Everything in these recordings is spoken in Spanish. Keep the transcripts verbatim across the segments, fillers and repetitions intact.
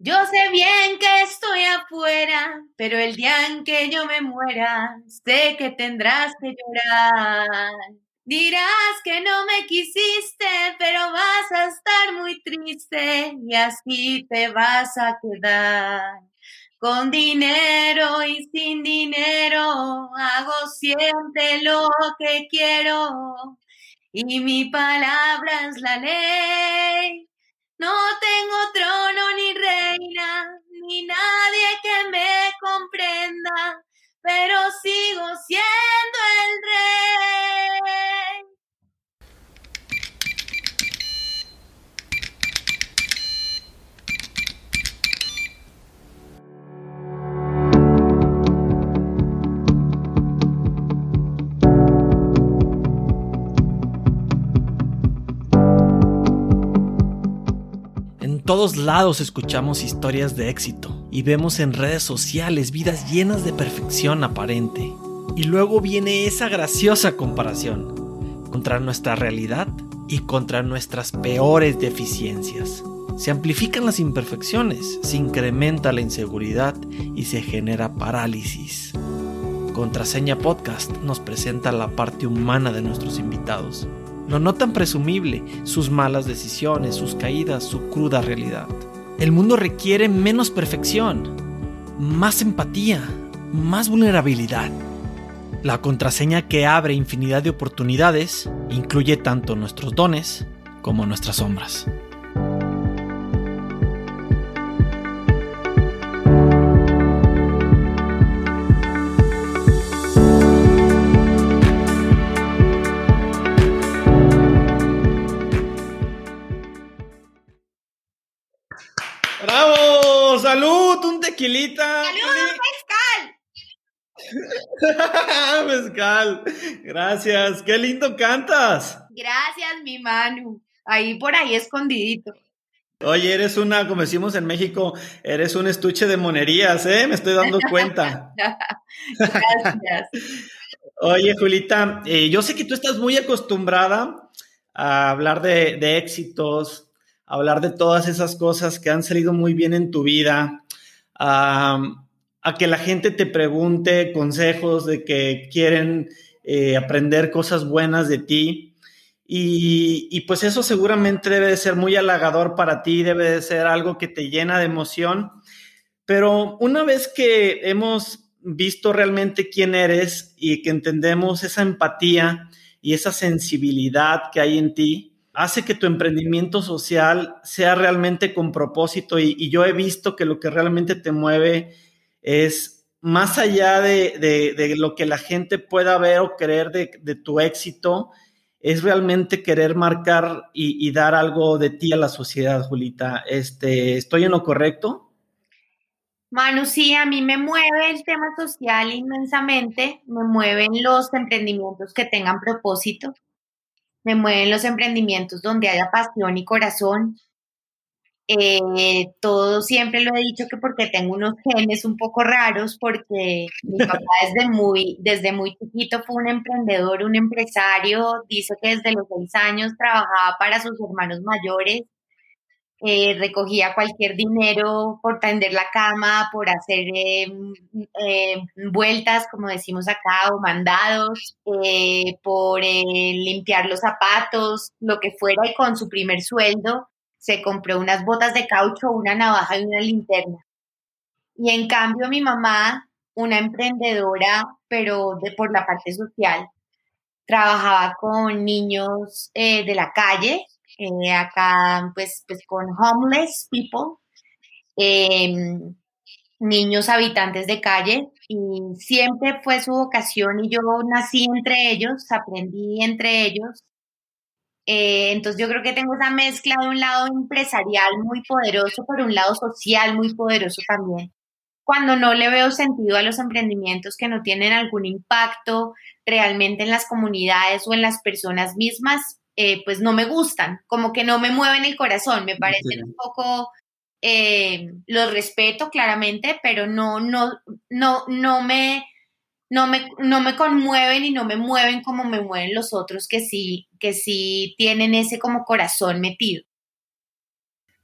Yo sé bien que estoy afuera, pero el día en que yo me muera, sé que tendrás que llorar. Dirás que no me quisiste, pero vas a estar muy triste y así te vas a quedar. Con dinero y sin dinero, hago siempre lo que quiero y mi palabra es la ley. No tengo trono ni reina, ni nadie que me comprenda, pero sigo siendo el rey. En todos lados escuchamos historias de éxito y vemos en redes sociales vidas llenas de perfección aparente. Y luego viene esa graciosa comparación contra nuestra realidad y contra nuestras peores deficiencias. Se amplifican las imperfecciones, se incrementa la inseguridad y se genera parálisis. Contraseña Podcast nos presenta la parte humana de nuestros invitados. Lo no tan presumible, sus malas decisiones, sus caídas, su cruda realidad. El mundo requiere menos perfección, más empatía, más vulnerabilidad. La contraseña que abre infinidad de oportunidades incluye tanto nuestros dones como nuestras sombras. ¡Bravo! ¡Salud! ¡Un tequilita! ¡Salud, mezcal! Mezcal. Gracias. ¡Qué lindo cantas! Gracias, mi Manu. Ahí por ahí escondidito. Oye, eres una, como decimos en México, eres un estuche de monerías, ¿eh? Me estoy dando cuenta. Gracias. Oye, Julita, eh, yo sé que tú estás muy acostumbrada a hablar de, de éxitos, a hablar de todas esas cosas que han salido muy bien en tu vida, a, a que la gente te pregunte consejos de que quieren eh, aprender cosas buenas de ti. Y, y pues eso seguramente debe de ser muy halagador para ti, debe de ser algo que te llena de emoción. Pero una vez que hemos visto realmente quién eres y que entendemos esa empatía y esa sensibilidad que hay en ti, hace que tu emprendimiento social sea realmente con propósito y, y yo he visto que lo que realmente te mueve es más allá de, de, de lo que la gente pueda ver o creer de, de tu éxito, es realmente querer marcar y, y dar algo de ti a la sociedad, Julita. Este, ¿estoy en lo correcto? Manu, sí, a mí me mueve el tema social inmensamente, me mueven los emprendimientos que tengan propósito, me mueven los emprendimientos donde haya pasión y corazón. Eh, todo siempre lo he dicho que porque tengo unos genes un poco raros, porque mi papá desde muy, desde muy chiquito fue un emprendedor, un empresario, dice que desde los seis años trabajaba para sus hermanos mayores. Eh, recogía cualquier dinero por tender la cama, por hacer eh, eh, vueltas, como decimos acá, o mandados, eh, por eh, limpiar los zapatos, lo que fuera, y con su primer sueldo se compró unas botas de caucho, una navaja y una linterna. Y en cambio mi mamá, una emprendedora, pero de, por la parte social, trabajaba con niños eh, de la calle, eh, acá pues, pues con homeless people, eh, niños habitantes de calle, y siempre fue su vocación y yo nací entre ellos, aprendí entre ellos. Eh, entonces yo creo que tengo esa mezcla de un lado empresarial muy poderoso, por un lado social muy poderoso también. Cuando no le veo sentido a los emprendimientos que no tienen algún impacto realmente en las comunidades o en las personas mismas, eh, pues no me gustan, como que no me mueven el corazón, me parecen Sí. un poco, eh, los respeto claramente, pero no, no, no, no me, no me, no me conmueven y no me mueven como me mueven los otros que sí, que sí tienen ese como corazón metido.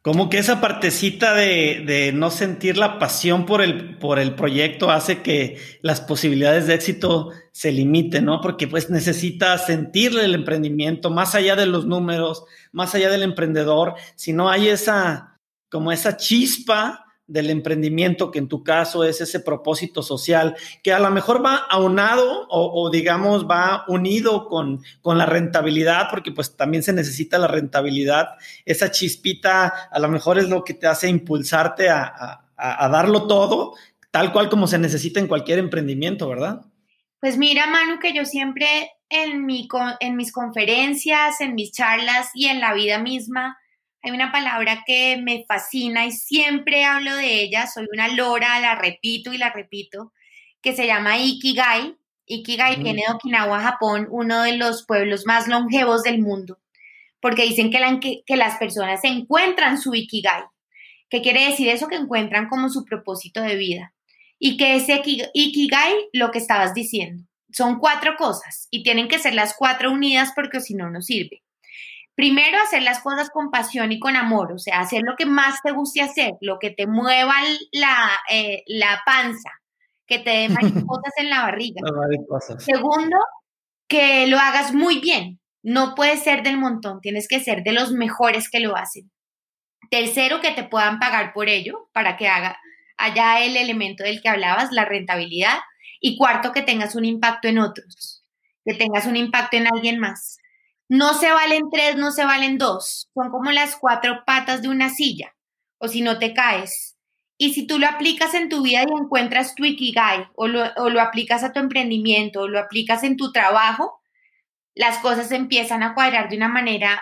Como que esa partecita de, de no sentir la pasión por el, por el proyecto hace que las posibilidades de éxito se limiten, ¿no? Porque pues necesitas sentirle el emprendimiento más allá de los números, más allá del emprendedor. Si no hay esa, como esa chispa del emprendimiento, que en tu caso es ese propósito social, que a lo mejor va aunado o, o digamos va unido con, con la rentabilidad, porque pues también se necesita la rentabilidad. Esa chispita a lo mejor es lo que te hace impulsarte a, a, a darlo todo, tal cual como se necesita en cualquier emprendimiento, ¿verdad? Pues mira, Manu, que yo siempre en, mi, en mis conferencias, en mis charlas y en la vida misma, hay una palabra que me fascina y siempre hablo de ella, soy una lora, la repito y la repito, que se llama Ikigai. Ikigai viene de Okinawa, Japón, uno de los pueblos más longevos del mundo, porque dicen que, la, que, que las personas encuentran su Ikigai. ¿Qué quiere decir eso? Que encuentran como su propósito de vida. Y que ese Ikigai, lo que estabas diciendo, son cuatro cosas y tienen que ser las cuatro unidas porque si no, no sirve. Primero, hacer las cosas con pasión y con amor, o sea, hacer lo que más te guste hacer, lo que te mueva la, eh, la panza, que te dé mariposas en la barriga. Las mariposas. Segundo, que lo hagas muy bien. No puedes ser del montón, tienes que ser de los mejores que lo hacen. Tercero, que te puedan pagar por ello, para que haga, haya el elemento del que hablabas, la rentabilidad. Y cuarto, que tengas un impacto en otros, que tengas un impacto en alguien más. No se valen tres, no se valen dos. Son como las cuatro patas de una silla, o si no te caes. Y si tú lo aplicas en tu vida y encuentras tu Ikigai, o lo, o lo aplicas a tu emprendimiento, o lo aplicas en tu trabajo, las cosas empiezan a cuadrar de una manera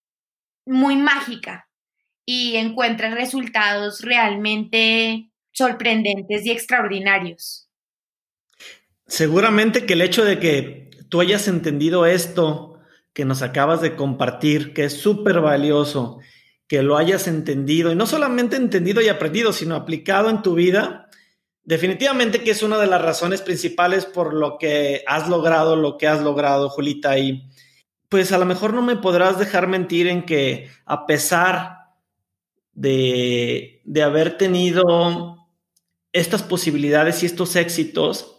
muy mágica y encuentras resultados realmente sorprendentes y extraordinarios. Seguramente que el hecho de que tú hayas entendido esto que nos acabas de compartir, que es súper valioso, que lo hayas entendido, y no solamente entendido y aprendido, sino aplicado en tu vida, definitivamente que es una de las razones principales por lo que has logrado lo que has logrado, Julita. Y pues a lo mejor no me podrás dejar mentir en que a pesar de, de haber tenido estas posibilidades y estos éxitos,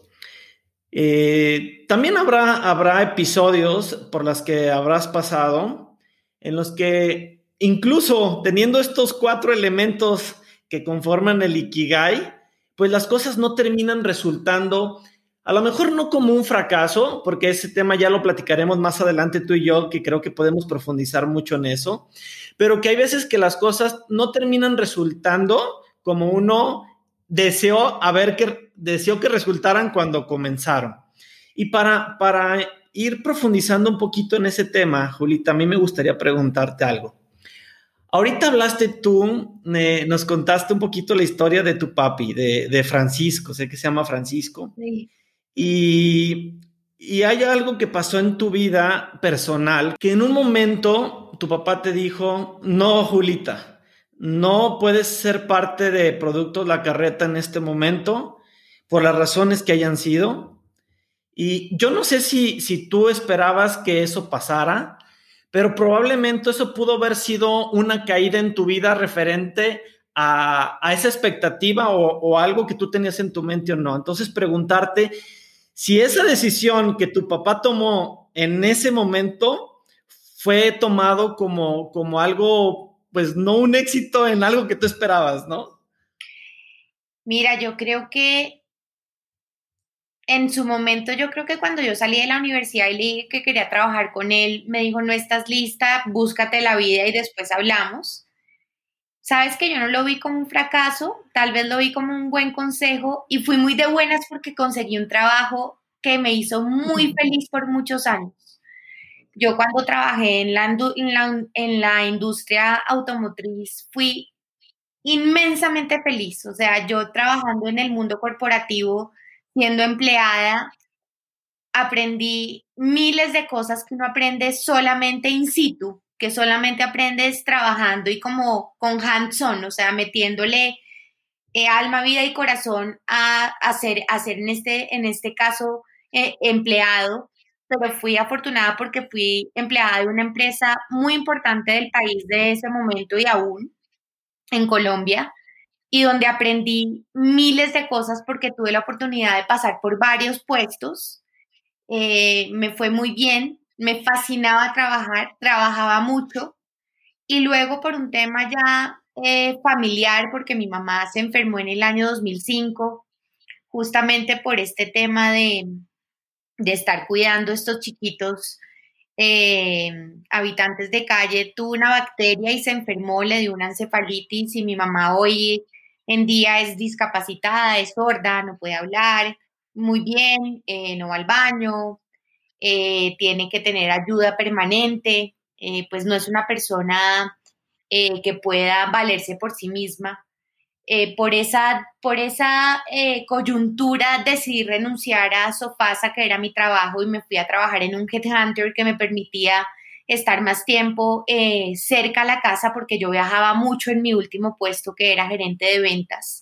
Eh, también habrá, habrá episodios por los que habrás pasado en los que incluso teniendo estos cuatro elementos que conforman el Ikigai, pues las cosas no terminan resultando, a lo mejor no como un fracaso, porque ese tema ya lo platicaremos más adelante tú y yo, que creo que podemos profundizar mucho en eso, pero que hay veces que las cosas no terminan resultando como uno deseó, a ver que, deseó que resultaran cuando comenzaron. Y para, para ir profundizando un poquito en ese tema, Julita, a mí me gustaría preguntarte algo. Ahorita hablaste tú, eh, nos contaste un poquito la historia de tu papi, de, de Francisco, sé que se llama Francisco, Sí. y, y hay algo que pasó en tu vida personal, que en un momento tu papá te dijo, no, Julita, no puedes ser parte de Productos La Carreta en este momento, por las razones que hayan sido. Y yo no sé si, si tú esperabas que eso pasara, pero probablemente eso pudo haber sido una caída en tu vida referente a, a esa expectativa o, o algo que tú tenías en tu mente o no. Entonces preguntarte si esa decisión que tu papá tomó en ese momento fue tomado como, como algo, pues no un éxito en algo que tú esperabas, ¿no? Mira, yo creo que en su momento, yo creo que cuando yo salí de la universidad y le dije que quería trabajar con él, me dijo, no estás lista, búscate la vida y después hablamos. Sabes que yo no lo vi como un fracaso, tal vez lo vi como un buen consejo y fui muy de buenas porque conseguí un trabajo que me hizo muy feliz por muchos años. Yo cuando trabajé en la, en la, en la industria automotriz fui inmensamente feliz, o sea, yo trabajando en el mundo corporativo, siendo empleada, aprendí miles de cosas que uno aprende solamente in situ, que solamente aprendes trabajando y como con hands-on, o sea, metiéndole eh, alma, vida y corazón a, a hacer, a hacer en, este, en este caso eh, empleado, pero fui afortunada porque fui empleada de una empresa muy importante del país de ese momento y aún. en Colombia y donde aprendí miles de cosas porque tuve la oportunidad de pasar por varios puestos. Eh, me fue muy bien, me fascinaba trabajar, trabajaba mucho y luego por un tema ya eh, familiar, porque mi mamá se enfermó en el año dos mil cinco, justamente por este tema de, de estar cuidando a estos chiquitos eh, habitantes de calle, tuvo una bacteria y se enfermó, le dio una encefalitis y mi mamá hoy en día es discapacitada, es sorda, no puede hablar muy bien, eh, no va al baño, eh, tiene que tener ayuda permanente, eh, pues no es una persona eh, que pueda valerse por sí misma. Eh, por esa, por esa eh, coyuntura decidí renunciar a Sofasa, que era mi trabajo, y me fui a trabajar en un headhunter que me permitía estar más tiempo eh, cerca a la casa porque yo viajaba mucho en mi último puesto que era gerente de ventas.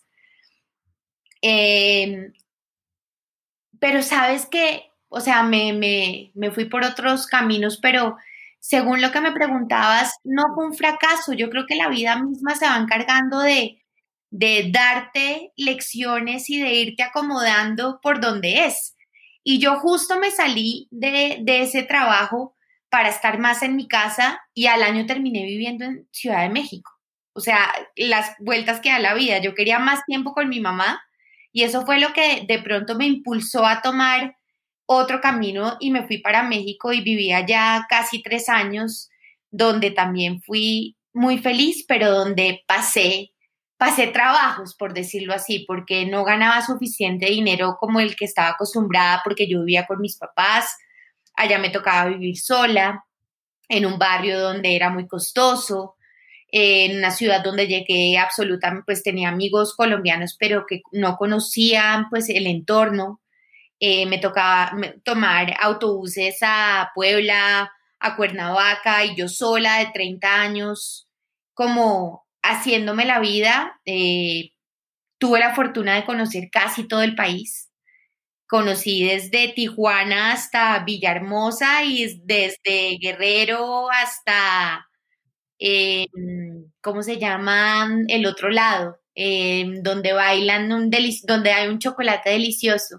Eh, pero sabes que, o sea, me, me, me fui por otros caminos, pero según lo que me preguntabas, no fue un fracaso. Yo creo que la vida misma se va encargando de, de darte lecciones y de irte acomodando por donde es. Y yo justo me salí de, de ese trabajo para estar más en mi casa y al año terminé viviendo en Ciudad de México. O sea, las vueltas que da la vida. Yo quería más tiempo con mi mamá y eso fue lo que de pronto me impulsó a tomar otro camino y me fui para México y viví allá casi tres años, donde también fui muy feliz, pero donde pasé, pasé trabajos, por decirlo así, porque no ganaba suficiente dinero como el que estaba acostumbrada, porque yo vivía con mis papás, allá me tocaba vivir sola, en un barrio donde era muy costoso, en una ciudad donde llegué absolutamente, pues tenía amigos colombianos, pero que no conocían pues el entorno. Eh, me tocaba me- tomar autobuses a Puebla, a Cuernavaca, y yo sola de treinta años, como haciéndome la vida. Eh, tuve la fortuna de conocer casi todo el país. Conocí desde Tijuana hasta Villahermosa y desde Guerrero hasta eh, ¿cómo se llama? El otro lado, eh, donde bailan, un deli- donde hay un chocolate delicioso.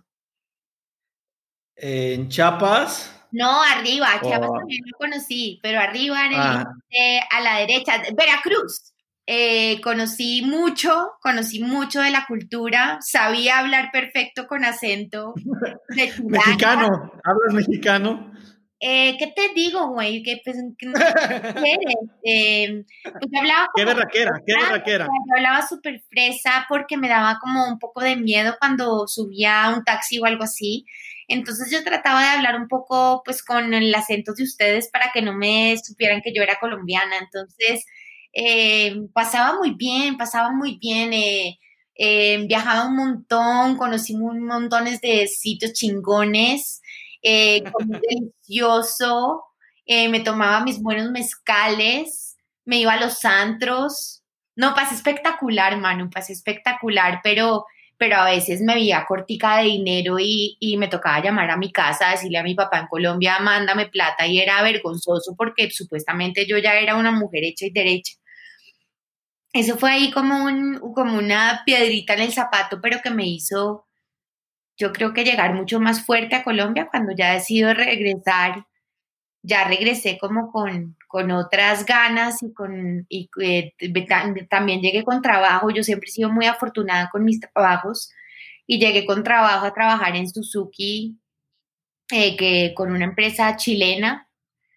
En Chiapas, No, arriba, Chiapas o, también lo conocí, pero arriba en el ah, límite, a la derecha, Veracruz. Eh, conocí mucho, conocí mucho de la cultura, sabía hablar perfecto con acento de chilanga. mexicano, ¿hablas mexicano? Eh, ¿qué te digo, güey? ¿Qué, pues, qué- quieres? Eh, pues yo hablaba Qué como berraquera, qué fresa, o berraquera. sea, yo hablaba súper fresa porque me daba como un poco de miedo cuando subía a un taxi o algo así. Entonces yo trataba de hablar un poco pues con el acento de ustedes para que no me supieran que yo era colombiana. Entonces eh, pasaba muy bien, pasaba muy bien. Eh, eh, viajaba un montón, conocí un montones de sitios chingones, eh, comí delicioso, eh, me tomaba mis buenos mezcales, me iba a los antros. No, pasé espectacular, Manu, pasé espectacular, pero, pero a veces me veía cortica de dinero y, y me tocaba llamar a mi casa, decirle a mi papá en Colombia, mándame plata, y era vergonzoso porque supuestamente yo ya era una mujer hecha y derecha. Eso fue ahí como un, como una piedrita en el zapato, pero que me hizo, yo creo que llegar mucho más fuerte a Colombia cuando ya decido regresar. Ya regresé como con, con otras ganas y, con, y eh, también llegué con trabajo. Yo siempre he sido muy afortunada con mis trabajos y llegué con trabajo a trabajar en Suzuki, eh, que, con una empresa chilena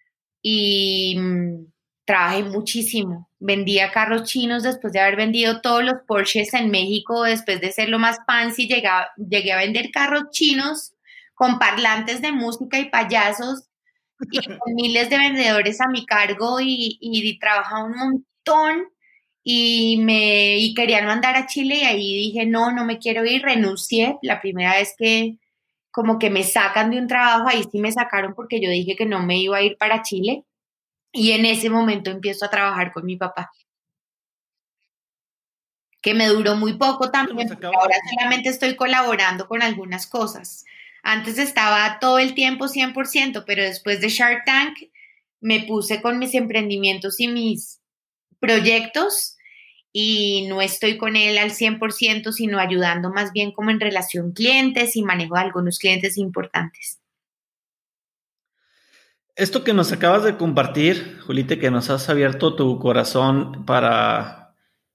y mm, trabajé muchísimo. Vendía carros chinos después de haber vendido todos los Porsches en México, después de ser lo más fancy, llegué a, llegué a vender carros chinos con parlantes de música y payasos y con miles de vendedores a mi cargo y, y trabajaba un montón y me y querían mandar a Chile y ahí dije, no, no me quiero ir, renuncié. La primera vez que como que me sacan de un trabajo, ahí sí me sacaron porque yo dije que no me iba a ir para Chile y en ese momento empiezo a trabajar con mi papá, que me duró muy poco también, Nos porque acaba ahora de... solamente estoy colaborando con algunas cosas. Antes estaba todo el tiempo cien por ciento, pero después de Shark Tank me puse con mis emprendimientos y mis proyectos y no estoy con él al cien por ciento, sino ayudando más bien como en relación clientes y manejo de algunos clientes importantes. Esto que nos acabas de compartir, Julita, que nos has abierto tu corazón para,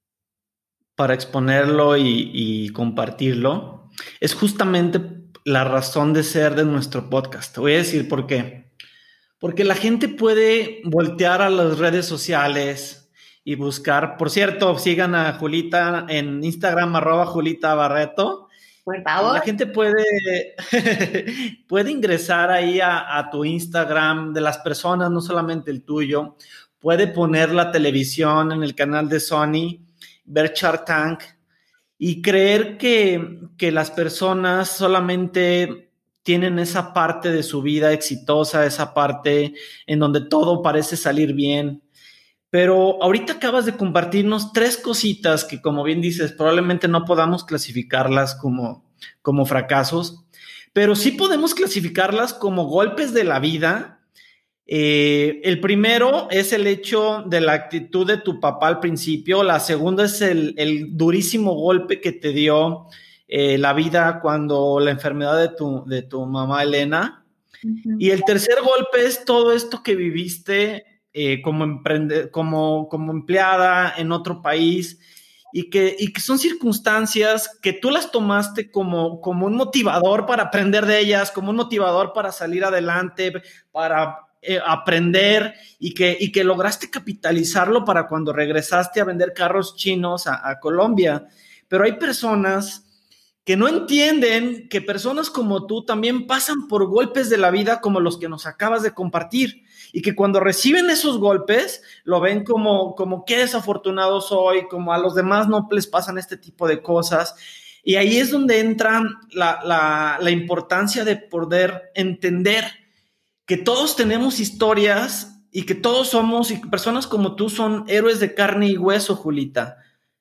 para exponerlo y, y compartirlo, es justamente la razón de ser de nuestro podcast. Te voy a decir por qué. Porque la gente puede voltear a las redes sociales y buscar, por cierto, sigan a Julita en Instagram, arroba Julita Barreto. Por favor. La gente puede, puede ingresar ahí a, a tu Instagram de las personas, no solamente el tuyo. Puede poner la televisión en el canal de Sony, ver Shark Tank y creer que, que las personas solamente tienen esa parte de su vida exitosa, esa parte en donde todo parece salir bien. Pero ahorita acabas de compartirnos tres cositas que, como bien dices, probablemente no podamos clasificarlas como, como fracasos, pero sí podemos clasificarlas como golpes de la vida. Eh, el primero es el hecho de la actitud de tu papá al principio. La segunda es el, el durísimo golpe que te dio eh, la vida cuando la enfermedad de tu, de tu mamá Elena. Uh-huh. Y el tercer golpe es todo esto que viviste eh, como, emprende, como, como empleada en otro país y que, y que son circunstancias que tú las tomaste como, como un motivador para aprender de ellas, como un motivador para salir adelante, para eh, aprender y que, y que lograste capitalizarlo para cuando regresaste a vender carros chinos a, a Colombia. Pero hay personas que no entienden que personas como tú también pasan por golpes de la vida como los que nos acabas de compartir y que cuando reciben esos golpes lo ven como, como qué desafortunado soy, como a los demás no les pasan este tipo de cosas. Y ahí es donde entra la, la, la importancia de poder entender que todos tenemos historias y que todos somos, y personas como tú son héroes de carne y hueso, Julita.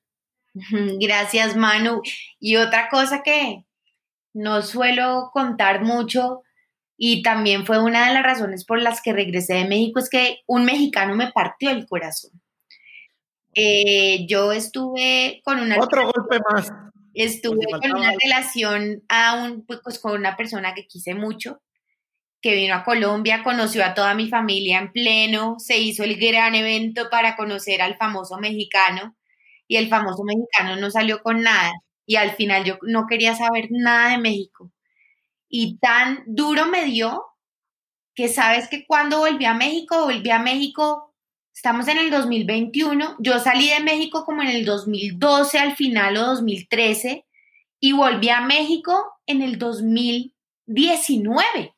Gracias, Manu. Y otra cosa que no suelo contar mucho y también fue una de las razones por las que regresé de México es que un mexicano me partió el corazón. Eh, yo estuve con una... Otro golpe más. Estuve con una algo. relación a un, pues, con una persona que quise mucho, que vino a Colombia, conoció a toda mi familia en pleno, se hizo el gran evento para conocer al famoso mexicano. Y el famoso mexicano no salió con nada. Y al final yo no quería saber nada de México. Y tan duro me dio que sabes que cuando volví a México, volví a México, estamos en el dos mil veintiuno, yo salí de México como en el dos mil doce al final o dos mil trece y volví a México en el dos mil diecinueve.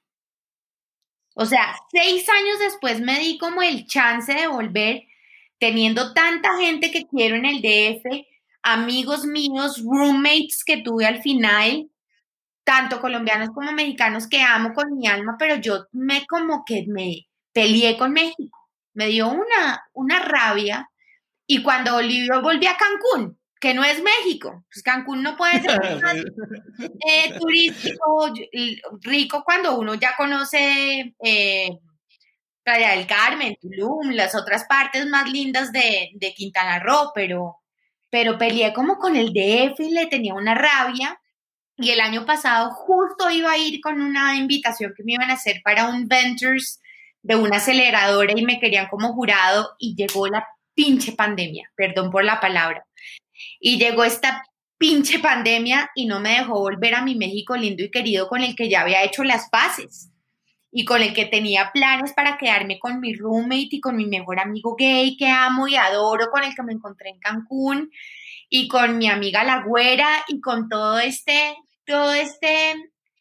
O sea, seis años después me di como el chance de volver, teniendo tanta gente que quiero en el D F, amigos míos, roommates que tuve al final, tanto colombianos como mexicanos que amo con mi alma, pero yo me como que me peleé con México, me dio una, una rabia y cuando volví, volví a Cancún, que no es México, pues Cancún no puede ser más eh, turístico, rico cuando uno ya conoce eh, Playa del Carmen, Tulum, las otras partes más lindas de, de Quintana Roo, pero, pero peleé como con el D F y le tenía una rabia. Y el año pasado justo iba a ir con una invitación que me iban a hacer para un Ventures de una aceleradora y me querían como jurado y llegó la pinche pandemia, perdón por la palabra. Y llegó esta pinche pandemia y no me dejó volver a mi México lindo y querido con el que ya había hecho las paces. Y con el que tenía planes para quedarme con mi roommate y con mi mejor amigo gay que amo y adoro, con el que me encontré en Cancún, y con mi amiga La Güera, y con todo este, todo este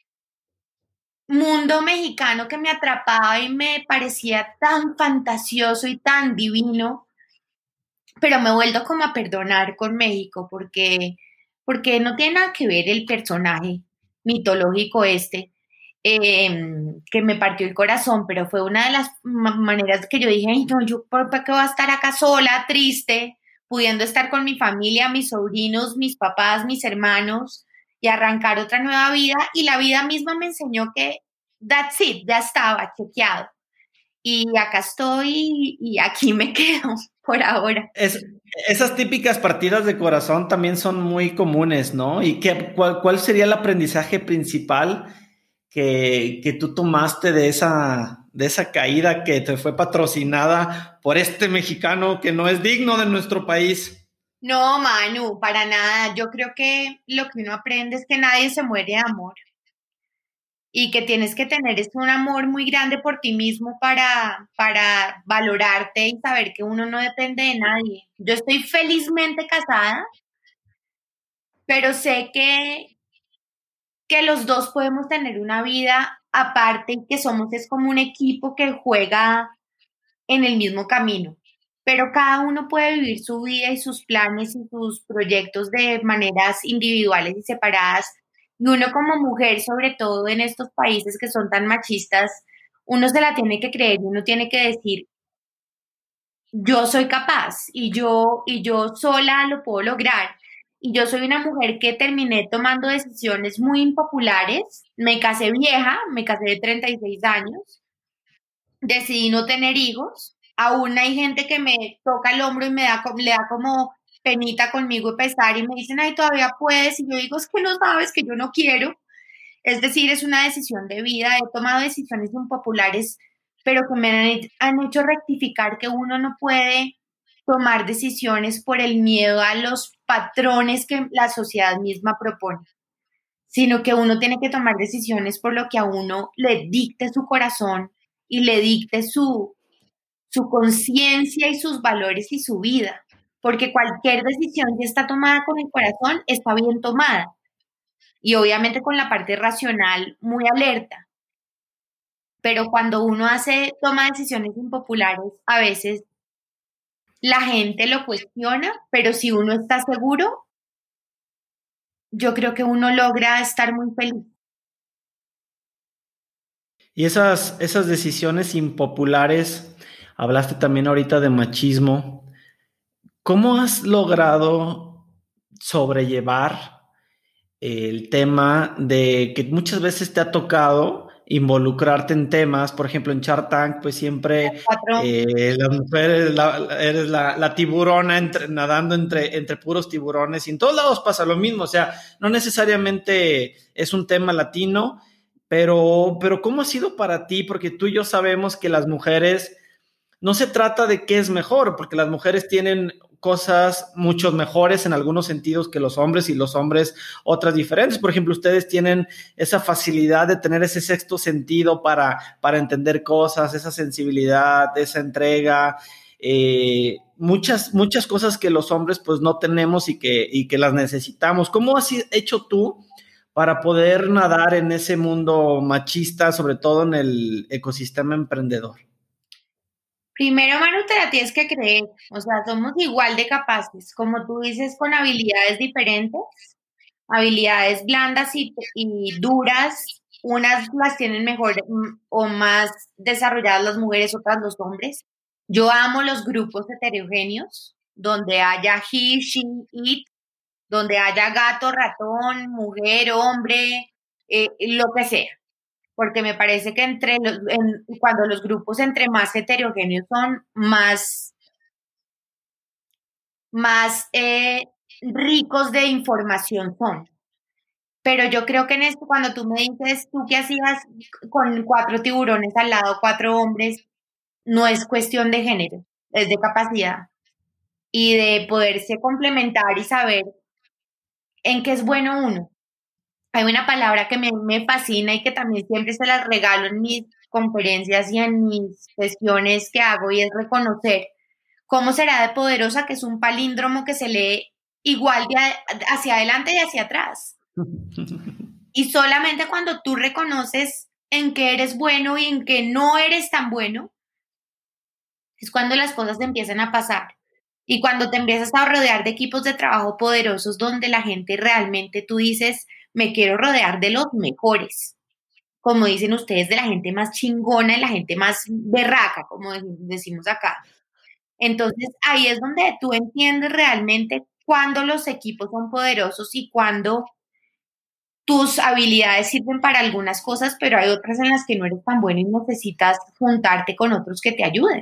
mundo mexicano que me atrapaba y me parecía tan fantasioso y tan divino, pero me vuelvo como a perdonar con México, porque, porque no tiene nada que ver el personaje mitológico este, Eh, que me partió el corazón, pero fue una de las maneras que yo dije, ay, no, yo por qué voy a estar acá sola, triste, pudiendo estar con mi familia, mis sobrinos, mis papás, mis hermanos, y arrancar otra nueva vida, y la vida misma me enseñó que that's it, ya estaba chequeado. y acá estoy y, y aquí me quedo por ahora. Es, esas típicas partidas de corazón también son muy comunes, ¿no? ¿Y qué, cuál, cuál sería el aprendizaje principal que, que tú tomaste de esa, de esa caída que te fue patrocinada por este mexicano que no es digno de nuestro país? No, Manu, para nada. Yo creo que lo que uno aprende es que nadie se muere de amor y que tienes que tener es un amor muy grande por ti mismo para, para valorarte y saber que uno no depende de nadie. Yo estoy felizmente casada, pero sé que, que los dos podemos tener una vida aparte y que somos es como un equipo que juega en el mismo camino. Pero cada uno puede vivir su vida y sus planes y sus proyectos de maneras individuales y separadas. Y uno como mujer, sobre todo en estos países que son tan machistas, uno se la tiene que creer y uno tiene que decir, yo soy capaz y yo, y yo sola lo puedo lograr. Y yo soy una mujer que terminé tomando decisiones muy impopulares. Me casé vieja, me casé de treinta y seis años, decidí no tener hijos. Aún hay gente que me toca el hombro y me da, le da como penita conmigo pesar y me dicen, ay, todavía puedes. Y yo digo, es que no sabes que yo no quiero. Es decir, es una decisión de vida. He tomado decisiones impopulares, pero que me han, han hecho rectificar que uno no puede tomar decisiones por el miedo a los patrones que la sociedad misma propone, sino que uno tiene que tomar decisiones por lo que a uno le dicte su corazón y le dicte su, su conciencia y sus valores y su vida, porque cualquier decisión que está tomada con el corazón está bien tomada y obviamente con la parte racional muy alerta, pero cuando uno hace, toma decisiones impopulares, a veces la gente lo cuestiona, pero si uno está seguro, yo creo que uno logra estar muy feliz. Y esas, esas decisiones impopulares, hablaste también ahorita de machismo. ¿Cómo has logrado sobrellevar el tema de que muchas veces te ha tocado involucrarte en temas? Por ejemplo, en Shark Tank, pues siempre Cuatro, eh, las mujeres, la, eres la, la tiburona entre, nadando entre, entre puros tiburones, y en todos lados pasa lo mismo. O sea, no necesariamente es un tema latino, pero, pero ¿cómo ha sido para ti? Porque tú y yo sabemos que las mujeres, no se trata de qué es mejor, porque las mujeres tienen cosas mucho mejores en algunos sentidos que los hombres, y los hombres otras diferentes. Por ejemplo, ustedes tienen esa facilidad de tener ese sexto sentido para, para entender cosas, esa sensibilidad, esa entrega, eh, muchas, muchas cosas que los hombres pues no tenemos y que, y que las necesitamos. ¿Cómo has hecho tú para poder nadar en ese mundo machista, sobre todo en el ecosistema emprendedor? primero, Manu, te la tienes que creer. O sea, somos igual de capaces, como tú dices, con habilidades diferentes, habilidades blandas y, y duras. Unas las tienen mejor mm, o más desarrolladas las mujeres, otras los hombres. Yo amo los grupos heterogéneos, donde haya he, she, it, donde haya gato, ratón, mujer, hombre, eh, lo que sea, porque me parece que entre los, en, cuando los grupos entre más heterogéneos son, más, más eh, ricos de información son. Pero yo creo que en esto, cuando tú me dices, tú qué hacías con cuatro tiburones al lado, cuatro hombres, no es cuestión de género, es de capacidad y de poderse complementar y saber en qué es bueno uno. Hay una palabra que me, me fascina y que también siempre se las regalo en mis conferencias y en mis sesiones que hago y es reconocer cómo será de poderosa, que es un palíndromo que se lee igual de a- hacia adelante y hacia atrás. Y solamente cuando tú reconoces en qué eres bueno y en qué no eres tan bueno, es cuando las cosas empiezan a pasar. Y cuando te empiezas a rodear de equipos de trabajo poderosos donde la gente realmente tú dices, me quiero rodear de los mejores, como dicen ustedes, de la gente más chingona y la gente más berraca, como decimos acá. Entonces ahí es donde tú entiendes realmente cuándo los equipos son poderosos y cuándo tus habilidades sirven para algunas cosas, pero hay otras en las que no eres tan bueno y necesitas juntarte con otros que te ayuden.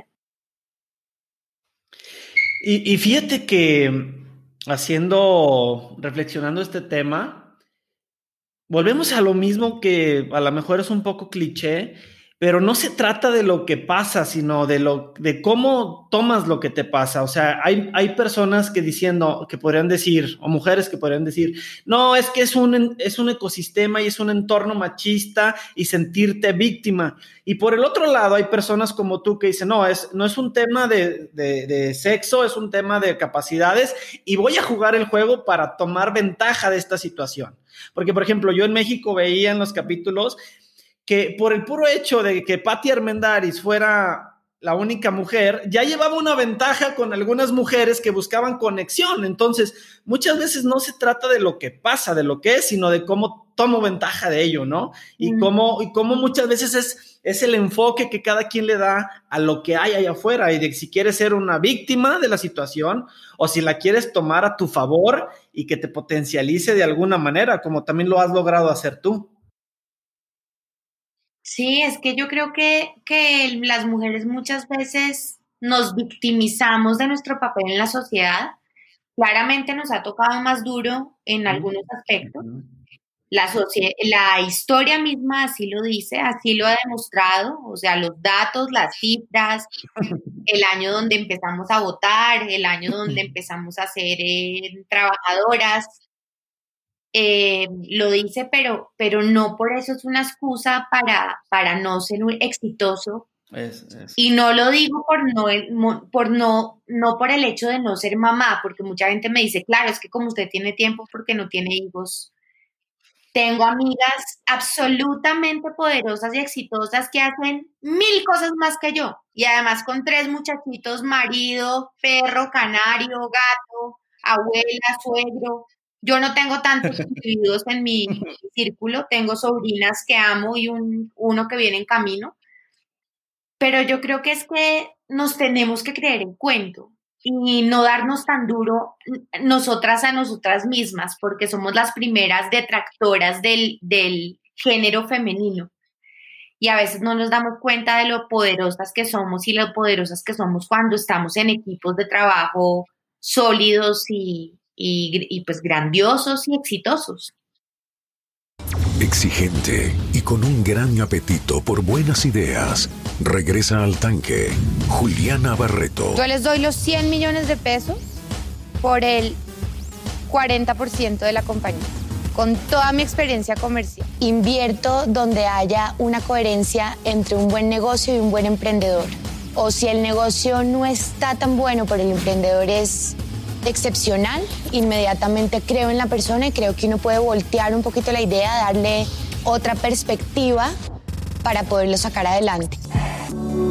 Y, y fíjate que haciendo, reflexionando este tema, volvemos a lo mismo que a lo mejor es un poco cliché, pero no se trata de lo que pasa, sino de lo, de cómo tomas lo que te pasa. O sea, hay, hay personas que diciendo, que podrían decir, o mujeres que podrían decir, no, es que es un, es un ecosistema y es un entorno machista y sentirte víctima. Y por el otro lado hay personas como tú que dicen, no, es, no es un tema de, de, de sexo, es un tema de capacidades y voy a jugar el juego para tomar ventaja de esta situación. Porque, por ejemplo, yo en México veía en los capítulos que por el puro hecho de que Pati Armendáriz fuera la única mujer, ya llevaba una ventaja con algunas mujeres que buscaban conexión. Entonces, muchas veces no se trata de lo que pasa, de lo que es, sino de cómo tomo ventaja de ello, ¿no? Y mm. cómo, y cómo muchas veces es, es el enfoque que cada quien le da a lo que hay allá afuera, y de si quieres ser una víctima de la situación o si la quieres tomar a tu favor y que te potencialice de alguna manera, como también lo has logrado hacer tú. Sí, es que yo creo que, que las mujeres muchas veces nos victimizamos de nuestro papel en la sociedad. Claramente nos ha tocado más duro en algunos aspectos. La, la historia misma así lo dice, así lo ha demostrado, o sea, los datos, las cifras, el año donde empezamos a votar, el año donde empezamos a ser eh, trabajadoras. Eh, lo dice, pero, pero no por eso es una excusa para, para no ser exitoso. Es, es. Y no lo digo por no, por no, no por el hecho de no ser mamá, porque mucha gente me dice, claro, es que como usted tiene tiempo porque no tiene hijos. Tengo amigas absolutamente poderosas y exitosas que hacen mil cosas más que yo. Y además con tres muchachitos, marido, perro, canario, gato, abuela, suegro. Yo no tengo tantos individuos en mi círculo, tengo sobrinas que amo y un, uno que viene en camino, pero yo creo que es que nos tenemos que creer el cuento y no darnos tan duro nosotras a nosotras mismas, porque somos las primeras detractoras del, del género femenino y a veces no nos damos cuenta de lo poderosas que somos y lo poderosas que somos cuando estamos en equipos de trabajo sólidos y Y, y pues grandiosos y exitosos. Exigente y con un gran apetito por buenas ideas, regresa al tanque Juliana Barreto. Yo les doy los cien millones de pesos por el cuarenta por ciento de la compañía, con toda mi experiencia comercial. Invierto donde haya una coherencia entre un buen negocio y un buen emprendedor. O si el negocio no está tan bueno, pero el emprendedor es excepcional, inmediatamente creo en la persona y creo que uno puede voltear un poquito la idea, darle otra perspectiva para poderlo sacar adelante.